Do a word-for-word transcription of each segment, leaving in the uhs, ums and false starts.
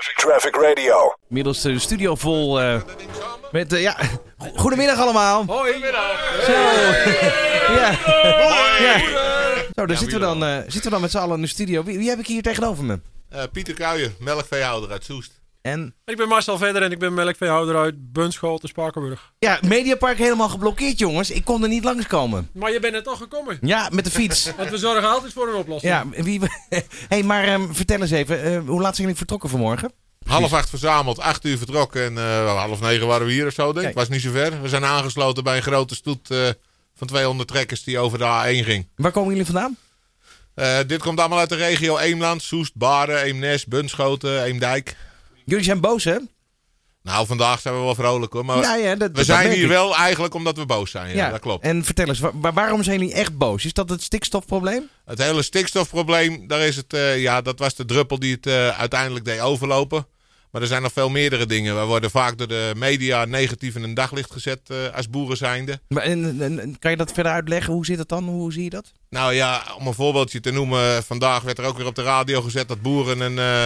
Traffic, Traffic Radio. Inmiddels de studio vol uh, met... Uh, ja, goedemiddag allemaal. Hoi. Goedemiddag. Zo. Ja. Hoi. Ja. Zo, daar zitten we dan, uh, zitten we dan met z'n allen in de studio. Wie, wie heb ik hier tegenover me? Uh, Pieter Kuijen, melkveehouder uit Soest. En? Ik ben Marcel Verder en ik ben melkveehouder uit Bunschoten, Spakenburg. Ja, Mediapark helemaal geblokkeerd, jongens. Ik kon er niet langskomen. Maar je bent er toch gekomen? Ja, met de fiets. Want we zorgen altijd voor een oplossing. Ja, wie... hey, maar um, vertel eens even, uh, hoe laat zijn jullie vertrokken vanmorgen? Half acht verzameld, acht uur vertrokken en uh, half negen waren we hier of zo, denk ik. Was niet zo ver. We zijn aangesloten bij een grote stoet uh, van tweehonderd trekkers die over de A één ging. Waar komen jullie vandaan? Uh, dit komt allemaal uit de regio Eemland, Soest, Baren, Eemnes, Bunschoten, Eemdijk. Jullie zijn boos, hè? Nou, vandaag zijn we wel vrolijk hoor. Maar ja, ja, dat, we dat zijn hier ik. wel eigenlijk omdat we boos zijn. Ja, ja, dat klopt. En vertel eens, waar, waarom zijn jullie echt boos? Is dat het stikstofprobleem? Het hele stikstofprobleem, daar is het, uh, ja, dat was de druppel die het uh, uiteindelijk deed overlopen. Maar er zijn nog veel meerdere dingen. We worden vaak door de media negatief in een daglicht gezet uh, als boeren zijnde. Maar en, en, kan je dat verder uitleggen? Hoe zit het dan? Hoe zie je dat? Nou ja, om een voorbeeldje te noemen. Vandaag werd er ook weer op de radio gezet dat boeren een, uh,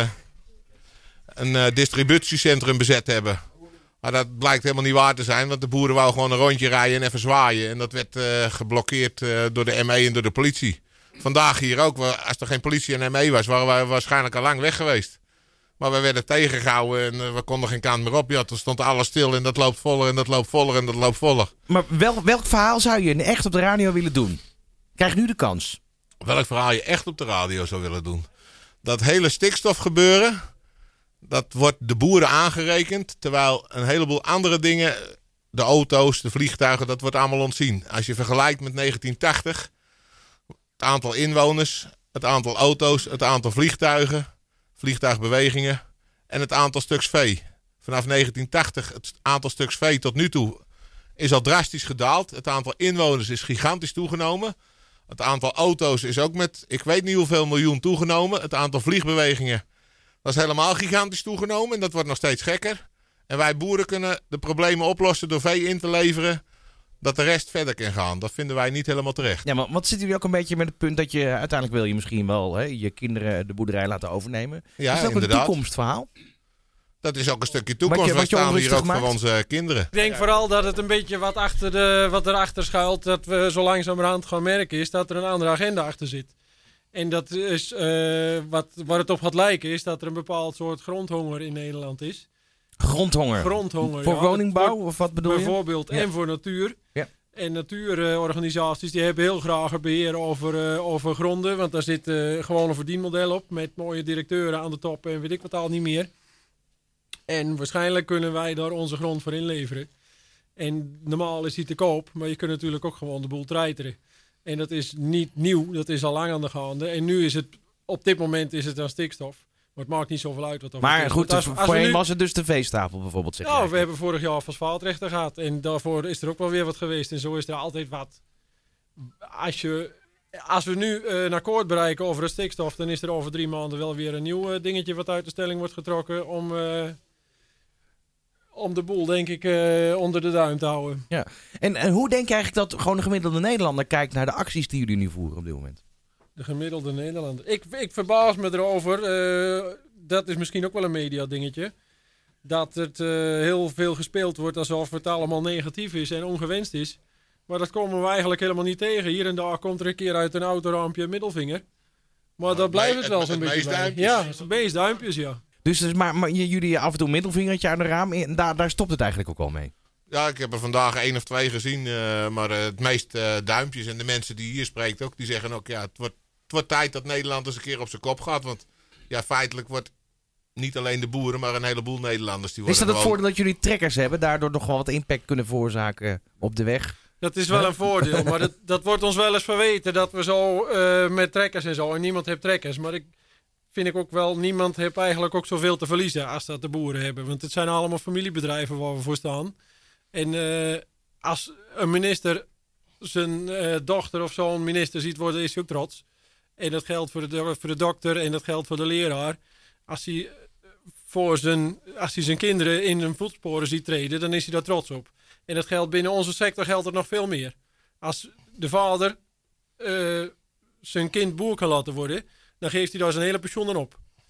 een uh, distributiecentrum bezet hebben. Maar dat blijkt helemaal niet waar te zijn. Want de boeren wouden gewoon een rondje rijden en even zwaaien. En dat werd uh, geblokkeerd uh, door de M E en door de politie. Vandaag hier ook. Als er geen politie en M E was, waren wij waarschijnlijk al lang weg geweest. Maar we werden tegengehouden en uh, we konden geen kant meer op. Ja, toen stond alles stil en dat loopt voller en dat loopt voller en dat loopt voller. Maar wel, welk verhaal zou je echt op de radio willen doen? Krijg nu de kans. Welk verhaal je echt op de radio zou willen doen? Dat hele stikstofgebeuren, dat wordt de boeren aangerekend. Terwijl een heleboel andere dingen, de auto's, de vliegtuigen, dat wordt allemaal ontzien. Als je vergelijkt met negentien tachtig, het aantal inwoners, het aantal auto's, het aantal vliegtuigen... vliegtuigbewegingen en het aantal stuks vee. Vanaf negentien tachtig, het aantal stuks vee tot nu toe is al drastisch gedaald. Het aantal inwoners is gigantisch toegenomen. Het aantal auto's is ook met, ik weet niet hoeveel miljoen toegenomen. Het aantal vliegbewegingen, dat is helemaal gigantisch toegenomen. En dat wordt nog steeds gekker. En wij boeren kunnen de problemen oplossen door vee in te leveren, dat de rest verder kan gaan. Dat vinden wij niet helemaal terecht. Ja, maar wat zitten jullie ook een beetje met het punt dat je uiteindelijk wil je misschien wel hè, je kinderen de boerderij laten overnemen? Ja, is dat ook inderdaad. een toekomstverhaal? Dat is ook een stukje toekomst. Wat je, wat je we staan hier ook maakt? voor onze kinderen. Ik denk vooral dat het een beetje wat, achter de, wat erachter schuilt, dat we zo langzamerhand gaan merken, is dat er een andere agenda achter zit. En dat is, uh, wat, waar het op gaat lijken, is dat er een bepaald soort grondhonger in Nederland is. Grondhonger? Grondhonger, Voor ja, woningbouw wordt, of wat bedoel je? Bijvoorbeeld, ja. en voor natuur. Ja. En natuurorganisaties die hebben heel graag een beheer over, uh, over gronden. Want daar zit uh, gewoon een verdienmodel op. Met mooie directeuren aan de top en weet ik wat al niet meer. En waarschijnlijk kunnen wij daar onze grond voor inleveren. En normaal is die te koop. Maar je kunt natuurlijk ook gewoon de boel treiteren. En dat is niet nieuw. Dat is al lang aan de gaande. En nu is het, op dit moment is het dan stikstof. Maar het maakt niet zoveel uit wat er Maar is. goed, als, als voorheen nu... was het dus de veestapel bijvoorbeeld. Zeg Nou, we hebben vorig jaar fosfaatrechten gehad. En daarvoor is er ook wel weer wat geweest. En zo is er altijd wat. Als, je, als we nu uh, een akkoord bereiken over de stikstof, dan is er over drie maanden wel weer een nieuw uh, dingetje wat uit de stelling wordt getrokken. Om, uh, om de boel, denk ik, uh, onder de duim te houden. Ja. En, en hoe denk je eigenlijk dat gewoon de gemiddelde Nederlander kijkt naar de acties die jullie nu voeren op dit moment? De gemiddelde Nederlander. Ik, ik verbaas me erover. Uh, dat is misschien ook wel een media dingetje. Dat het uh, heel veel gespeeld wordt alsof het allemaal negatief is en ongewenst is. Maar dat komen we eigenlijk helemaal niet tegen. Hier en daar komt er een keer uit een autoraampje een middelvinger. Maar dat blijft het wel zo'n beetje bij. Ja, het meest duimpjes, ja. Dus, dus maar, maar jullie af en toe een middelvingertje aan de raam en daar, daar stopt het eigenlijk ook al mee? Ja, ik heb er vandaag één of twee gezien. Uh, maar uh, het meest uh, duimpjes. En de mensen die hier spreekt ook, die zeggen ook, ja, het wordt, het wordt tijd dat Nederland eens een keer op zijn kop gaat. Want ja, feitelijk wordt niet alleen de boeren, maar een heleboel Nederlanders. Die worden is dat het gewoon... voordeel dat jullie trekkers hebben, daardoor nog wel wat impact kunnen veroorzaken op de weg? Dat is wel een voordeel, maar dat, dat wordt ons wel eens verweten dat we zo uh, met trekkers en zo, en niemand heeft trekkers. Maar ik vind ik ook wel, niemand heeft eigenlijk ook zoveel te verliezen als dat de boeren hebben. Want het zijn allemaal familiebedrijven waar we voor staan. En uh, als een minister zijn uh, dochter of zo'n minister ziet worden, is hij ook trots. En dat geldt voor de, voor de dokter en dat geldt voor de leraar. Als hij, voor zijn, als hij zijn kinderen in hun voetsporen ziet treden, dan is hij daar trots op. En dat geldt binnen onze sector geldt het nog veel meer. Als de vader uh, zijn kind boer kan laten worden, dan geeft hij daar zijn hele pensioen aan op.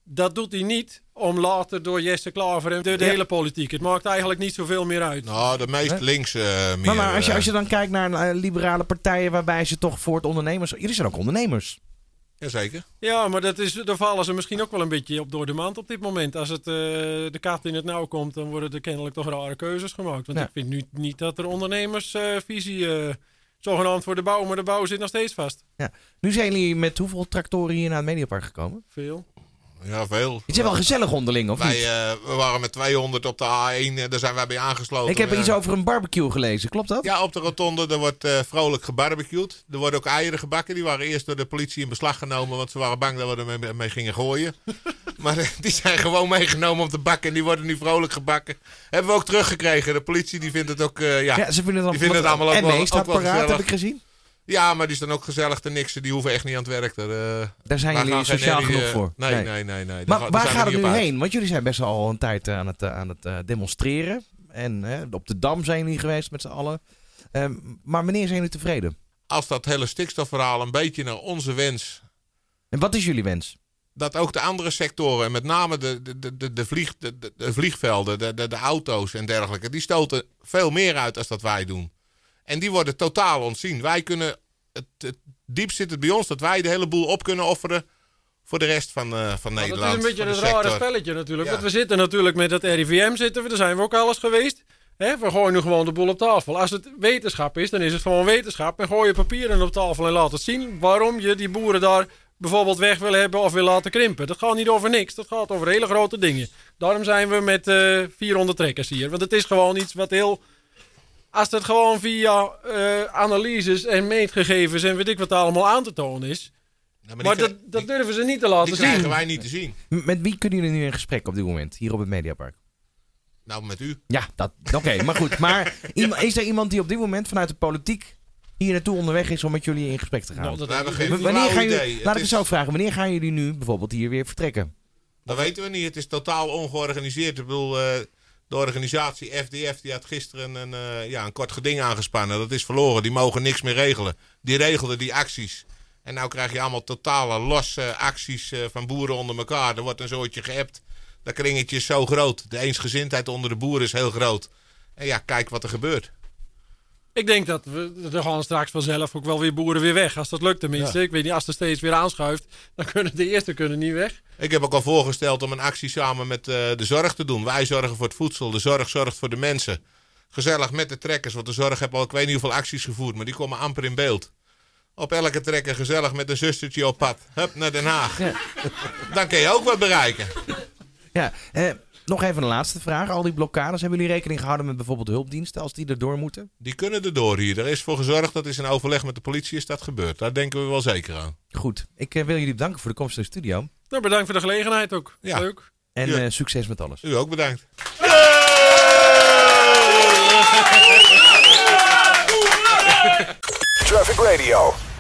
dat doet hij niet om later door Jesse Klaver en door de Ja. hele politiek. Het maakt eigenlijk niet zoveel meer uit. Nou, de meest Hè? links uh, meer. Maar, maar als, je, uh, als je dan kijkt naar uh, liberale partijen waarbij ze toch voor het ondernemers... Jullie zijn ook ondernemers. Jazeker. Ja, maar dat is, daar vallen ze misschien ook wel een beetje op door de mand op dit moment. Als het, uh, de kat in het nauw komt, dan worden er kennelijk toch rare keuzes gemaakt. Want Ja. ik vind nu niet dat er ondernemersvisie uh, uh, zogenaamd voor de bouw, maar de bouw zit nog steeds vast. Ja. Nu zijn jullie met hoeveel tractoren hier naar het Mediapark gekomen? Veel. Ja, veel. Het is wel gezellig onderling, of Wij, niet? uh, we waren met tweehonderd op de A één, uh, daar zijn wij bij aangesloten. Ik heb Uh, iets over een barbecue gelezen, klopt dat? Ja, op de rotonde, er wordt uh, vrolijk gebarbecued. Er worden ook eieren gebakken. Die waren eerst door de politie in beslag genomen, want ze waren bang dat we er mee, mee gingen gooien. Maar uh, die zijn gewoon meegenomen op de bak en die worden nu vrolijk gebakken. Hebben we ook teruggekregen. De politie die vindt het ook, uh, ja. Ja, ze vinden het, Die vinden het allemaal ook en wel- mee staat ook wel paraat, gezellig. heb ik gezien. Ja, maar die staan ook gezellig te niksen. Die hoeven echt niet aan het werk. Daar, uh, Daar zijn wij jullie gaan geen sociaal herrie, genoeg uh, voor. Nee, Nee. nee, nee. nee. Daar Maar ga- daar waar zijn we gaat het niet nu op uit. heen? Want jullie zijn best wel al een tijd uh, aan het, uh, aan het uh, demonstreren. En uh, op de Dam zijn jullie geweest met z'n allen. Um, maar wanneer zijn jullie tevreden? Als dat hele stikstofverhaal een beetje naar onze wens... En wat is jullie wens? dat ook de andere sectoren, en met name de, de, de, de, vlieg, de, de, de vliegvelden, de, de, de auto's en dergelijke, die stoten veel meer uit dan dat wij doen. En die worden totaal ontzien. Wij kunnen, het, het diepst zit het bij ons dat wij de hele boel op kunnen offeren voor de rest van, uh, van Maar Nederland. dat is een beetje voor een de rare sector. spelletje natuurlijk. Ja. Want we zitten natuurlijk met het R I V M, zitten we, daar zijn we ook alles geweest. Hè, we gooien nu gewoon de boel op tafel. Als het wetenschap is, dan is het gewoon wetenschap. En gooi je papieren op tafel en laat het zien waarom je die boeren daar bijvoorbeeld weg wil hebben of wil laten krimpen. Dat gaat niet over niks, dat gaat over hele grote dingen. Daarom zijn we met uh, vierhonderd trekkers hier. Want het is gewoon iets wat heel... Als het gewoon via uh, analyses en meetgegevens en weet ik wat allemaal aan te tonen is... Ja, maar Maar die, dat, dat durven ze niet te laten die krijgen zien. wij niet te zien. M- Met wie kunnen jullie nu in gesprek op dit moment, hier op het Mediapark? Nou, met u. Ja, dat, oké, maar goed. Maar iem- is er iemand die op dit moment vanuit de politiek hier naartoe onderweg is om met jullie in gesprek te gaan? Nou, dat We hebben ik- geen W- wanneer flauw gaan jullie, idee. laat Het ik is- het zo vragen. Wanneer gaan jullie nu bijvoorbeeld hier weer vertrekken? Dat weten we niet. Het is totaal ongeorganiseerd. Ik bedoel, uh, de organisatie F D F die had gisteren een, uh, ja, een kort geding aangespannen. Dat is verloren. Die mogen niks meer regelen. Die regelden die acties. En nou krijg je allemaal totale losse acties uh, van boeren onder elkaar. Er wordt een soortje geappt. Dat kringetje is zo groot. De eensgezindheid onder de boeren is heel groot. En ja, kijk wat er gebeurt. Ik denk dat we, er gaan straks vanzelf ook wel weer boeren weer weg. Als dat lukt tenminste. Ja. Ik weet niet, als er steeds weer aanschuift, dan kunnen de eerste kunnen niet weg. Ik heb ook al voorgesteld om een actie samen met uh, de zorg te doen. Wij zorgen voor het voedsel, de zorg zorgt voor de mensen. Gezellig met de trekkers, want de zorg heeft al ik weet niet hoeveel acties gevoerd, maar die komen amper in beeld. Op elke trekker gezellig met een zustertje op pad. Hup, naar Den Haag. Ja. Dan kun je ook wat bereiken. Ja, eh, nog even een laatste vraag. Al die blokkades, hebben jullie rekening gehouden met bijvoorbeeld hulpdiensten als die er door moeten? Die kunnen er door hier. Er is voor gezorgd, dat is in overleg met de politie is dat gebeurd. Daar denken we wel zeker aan. Goed, ik eh, wil jullie bedanken voor de komst in de studio. Nou, bedankt voor de gelegenheid ook. Ja. Leuk. En Ja. eh, succes met alles. U ook bedankt. Traffic Radio.